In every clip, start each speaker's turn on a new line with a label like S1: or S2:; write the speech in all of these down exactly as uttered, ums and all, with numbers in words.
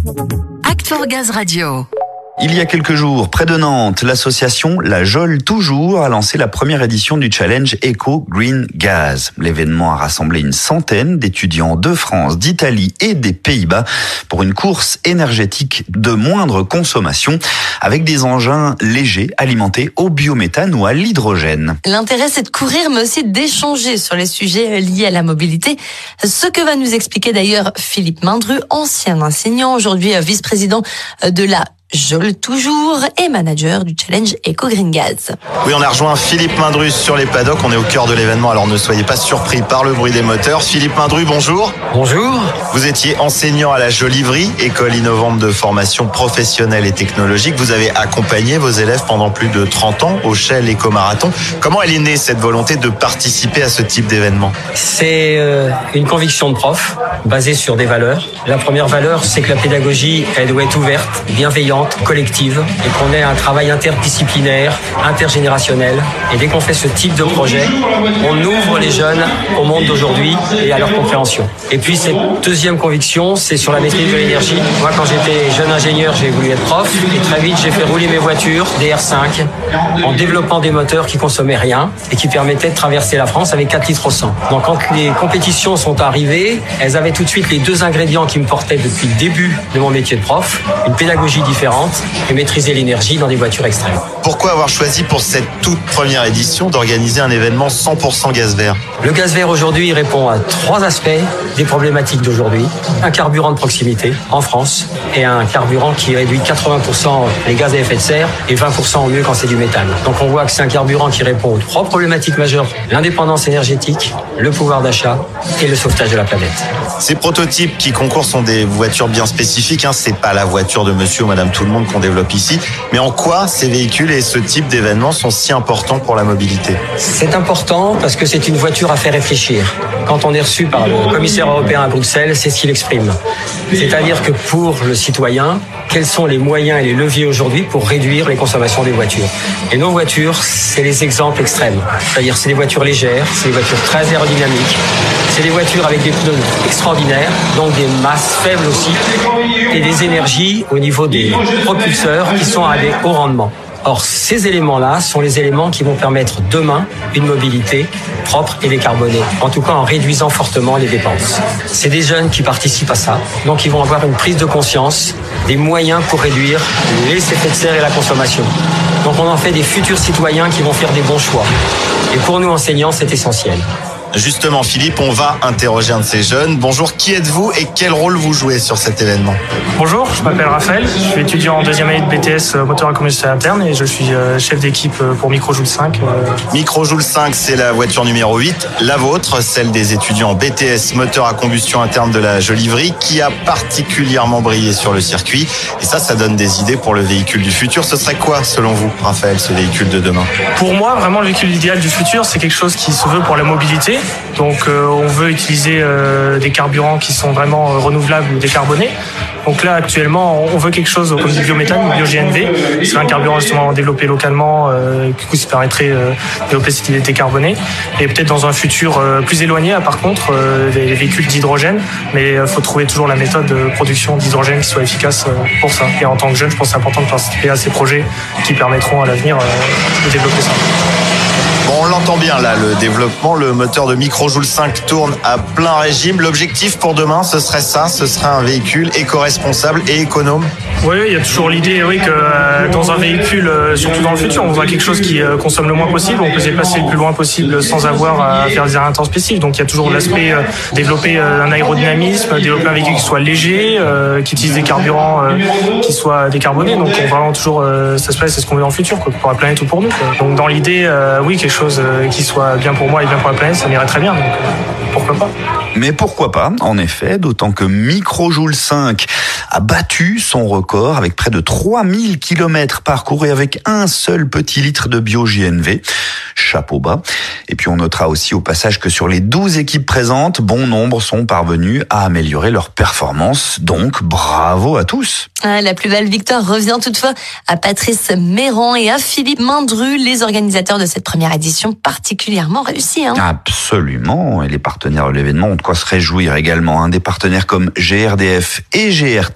S1: Act for Gaz Radio.
S2: Il y a quelques jours, près de Nantes, l'association La Jolle Toujours a lancé la première édition du challenge Eco Green Gaz. L'événement a rassemblé une centaine d'étudiants de France, d'Italie et des Pays-Bas pour une course énergétique de moindre consommation avec des engins légers alimentés au biométhane ou à l'hydrogène.
S3: L'intérêt, c'est de courir, mais aussi d'échanger sur les sujets liés à la mobilité. Ce que va nous expliquer d'ailleurs Philippe Mindru, ancien enseignant, aujourd'hui vice-président de la Jolle Toujours et manager du challenge Eco Green Gaz.
S4: Oui, on a rejoint Philippe Mindru sur les paddocks. On est au cœur de l'événement, alors ne soyez pas surpris par le bruit des moteurs. Philippe Mindru, bonjour.
S5: Bonjour.
S4: Vous étiez enseignant à la Jolivry, école innovante de formation professionnelle et technologique. Vous avez accompagné vos élèves pendant plus de trente ans au Shell Eco-Marathon. Comment elle est née, cette volonté de participer à ce type d'événement?
S5: C'est euh, une conviction de prof, basée sur des valeurs. La première valeur, c'est que la pédagogie, elle doit être ouverte, bienveillante, collective, et qu'on ait un travail interdisciplinaire, intergénérationnel. Et dès qu'on fait ce type de projet, on ouvre les jeunes au monde d'aujourd'hui et à leur compréhension. Et puis cette deuxième conviction, c'est sur la maîtrise de l'énergie. Moi, quand j'étais jeune ingénieur, j'ai voulu être prof, et très vite, j'ai fait rouler mes voitures, des R cinq, en développant des moteurs qui consommaient rien et qui permettaient de traverser la France avec quatre litres au cent. Donc quand les compétitions sont arrivées, elles avaient tout de suite les deux ingrédients qui me portaient depuis le début de mon métier de prof, une pédagogie différente et maîtriser l'énergie dans des voitures extrêmes.
S4: Pourquoi avoir choisi pour cette toute première édition d'organiser un événement cent pour cent gaz vert?
S5: Le gaz vert aujourd'hui répond à trois aspects des problématiques d'aujourd'hui. Un carburant de proximité en France et un carburant qui réduit quatre-vingts pour cent les gaz à effet de serre et vingt pour cent au mieux quand c'est du méthane. Donc on voit que c'est un carburant qui répond aux trois problématiques majeures: l'indépendance énergétique, le pouvoir d'achat et le sauvetage de la planète.
S4: Ces prototypes qui concourent sont des voitures bien spécifiques, hein. C'est pas la voiture de monsieur ou madame tout le monde qu'on développe ici. Mais en quoi ces véhicules et ce type d'événements sont si importants pour la mobilité?
S5: C'est important parce que c'est une voiture à faire réfléchir. Quand on est reçu par le commissaire européen à Bruxelles, c'est ce qu'il exprime. C'est-à-dire que pour le citoyen, quels sont les moyens et les leviers aujourd'hui pour réduire les consommations des voitures? Et nos voitures, c'est les exemples extrêmes. C'est-à-dire c'est des voitures légères, c'est des voitures très aérodynamiques, c'est des voitures avec des pneus extraordinaires, donc des masses faibles aussi, et des énergies au niveau des propulseurs qui sont à des hauts rendements. Or, ces éléments-là sont les éléments qui vont permettre demain une mobilité propre et décarbonée, en tout cas en réduisant fortement les dépenses. C'est des jeunes qui participent à ça, donc ils vont avoir une prise de conscience des moyens pour réduire les effets de serre et la consommation. Donc on en fait des futurs citoyens qui vont faire des bons choix. Et pour nous enseignants, c'est essentiel.
S4: Justement, Philippe, on va interroger un de ces jeunes. Bonjour, qui êtes-vous et quel rôle vous jouez sur cet événement?
S6: Bonjour, je m'appelle Raphaël, je suis étudiant en deuxième année de B T S moteur à combustion interne et je suis chef d'équipe pour Microjoule cinq.
S4: Microjoule cinq, c'est la voiture numéro huit, la vôtre, celle des étudiants B T S moteur à combustion interne de la Jolivry, qui a particulièrement brillé sur le circuit. Et ça, ça donne des idées pour le véhicule du futur. Ce serait quoi, selon vous, Raphaël, ce véhicule de demain?
S6: Pour moi, vraiment, le véhicule idéal du futur, c'est quelque chose qui se veut pour la mobilité. Donc euh, on veut utiliser euh, des carburants qui sont vraiment euh, renouvelables ou décarbonés. Donc là actuellement on veut quelque chose comme du biométhane, du bio-G N V. C'est un carburant justement développé localement euh, qui qui permettrait euh, de développer cette idée décarbonée. Et peut-être dans un futur euh, plus éloigné, par contre, euh, des véhicules d'hydrogène. Mais il euh, faut trouver toujours la méthode de production d'hydrogène qui soit efficace euh, pour ça. Et en tant que jeune, je pense que c'est important de participer à ces projets qui permettront à l'avenir euh, de développer ça.
S4: Bon, on l'entend bien là, le développement, le moteur de Microjoule cinq tourne à plein régime. L'objectif pour demain, ce serait ça, ce serait un véhicule éco-responsable et économe.
S6: Oui, il y a toujours l'idée oui, que euh, dans un véhicule, euh, surtout dans le futur, on voudra quelque chose qui euh, consomme le moins possible, on peut se déplacer le plus loin possible sans avoir à faire des arrêts intempestifs. Donc il y a toujours l'aspect euh, développer euh, un aérodynamisme, développer un véhicule qui soit léger, euh, qui utilise des carburants euh, qui soient décarbonés. Donc on va vraiment toujours, euh, ça se passe, c'est ce qu'on veut dans le futur, quoi, pour la planète ou pour nous, quoi. Donc dans l'idée, euh, oui, quelque chose euh, qui soit bien pour moi et bien pour la planète, ça m'irait très bien. Donc euh, pourquoi pas?
S2: Mais pourquoi pas, en effet, d'autant que Microjoule cinq a battu son record avec près de trois mille kilomètres parcourus avec un seul petit litre de bio-G N V. Chapeau bas. Et puis on notera aussi au passage que sur les douze équipes présentes, bon nombre sont parvenus à améliorer leur performance. Donc bravo à tous.
S3: Ah, la plus belle victoire revient toutefois à Patrice Méran et à Philippe Mindru, les organisateurs de cette première édition particulièrement réussie. Hein.
S2: Absolument. Et les partenaires de l'événement ont de quoi se réjouir également. Hein. Des partenaires comme G R D F et G R T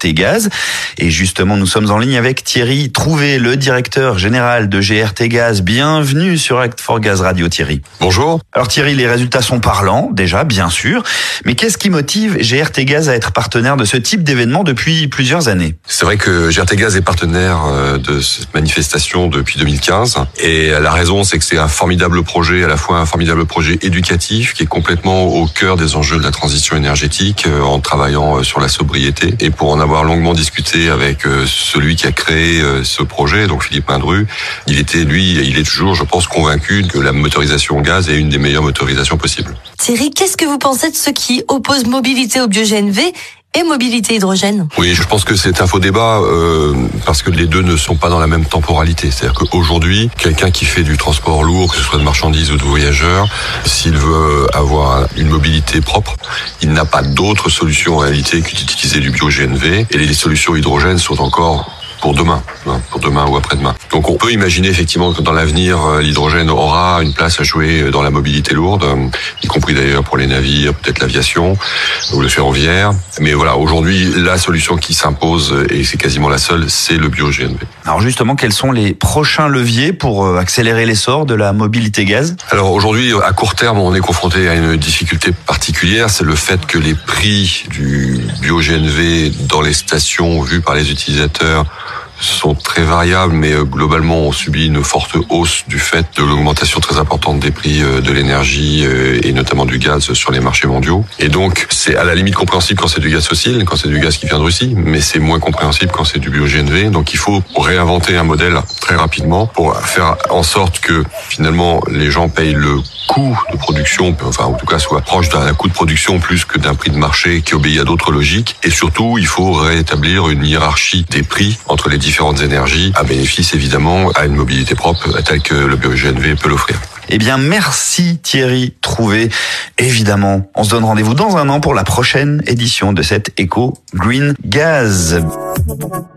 S2: T Gaz. Et justement, nous sommes en ligne avec Thierry Trouvé, le directeur général de G R T Gaz. Bienvenue sur Act for Gaz Radio, Thierry.
S7: Bonjour.
S2: Alors Thierry, les résultats sont parlants, déjà, bien sûr. Mais qu'est-ce qui motive G R T Gaz à être partenaire de ce type d'événement depuis plusieurs années?
S7: C'est vrai que G R T Gaz est partenaire de cette manifestation depuis deux mille quinze. Et la raison, c'est que c'est un formidable projet, à la fois un formidable projet éducatif qui est complètement au cœur des enjeux de la transition énergétique en travaillant sur la sobriété. Et pour en avoir longuement discuté avec celui qui a créé ce projet, donc Philippe Mindru, il était, lui, il est toujours, je pense, convaincu que la motorisation au gaz est une des meilleures motorisations possibles.
S3: Thierry, qu'est-ce que vous pensez de ceux qui opposent mobilité au bio-G N V et mobilité hydrogène?
S7: Oui, je pense que c'est un faux débat euh, parce que les deux ne sont pas dans la même temporalité. C'est-à-dire qu'aujourd'hui, quelqu'un qui fait du transport lourd, que ce soit de marchandises ou de voyageurs, s'il veut avoir une mobilité propre, il n'a pas d'autre solution en réalité que d'utiliser du bio-G N V, et les solutions hydrogène sont encore pour demain, pour demain ou après-demain. Donc on peut imaginer effectivement que dans l'avenir, l'hydrogène aura une place à jouer dans la mobilité lourde, y compris d'ailleurs pour les navires, peut-être l'aviation ou le ferroviaire. Mais voilà, aujourd'hui, la solution qui s'impose, et c'est quasiment la seule, c'est le bio-G N V.
S2: Alors justement, quels sont les prochains leviers pour accélérer l'essor de la mobilité gaz?
S7: Alors aujourd'hui, à court terme, on est confronté à une difficulté particulière, c'est le fait que les prix du bio-G N V dans les stations vues par les utilisateurs sont très variables, mais globalement on subit une forte hausse du fait de l'augmentation très importante des prix de l'énergie et notamment du gaz sur les marchés mondiaux. Et donc c'est à la limite compréhensible quand c'est du gaz fossile, quand c'est du gaz qui vient de Russie, mais c'est moins compréhensible quand c'est du bio-G N V. Donc il faut réinventer un modèle très rapidement pour faire en sorte que finalement les gens payent le coût de production, enfin en tout cas soit proche d'un coût de production plus que d'un prix de marché qui obéit à d'autres logiques. Et surtout, il faut rétablir une hiérarchie des prix entre les différentes énergies, à bénéfice évidemment à une mobilité propre telle que le bio-G N V peut l'offrir.
S2: Eh bien, merci Thierry Trouvé. Évidemment, on se donne rendez-vous dans un an pour la prochaine édition de cette Eco Green Gaz.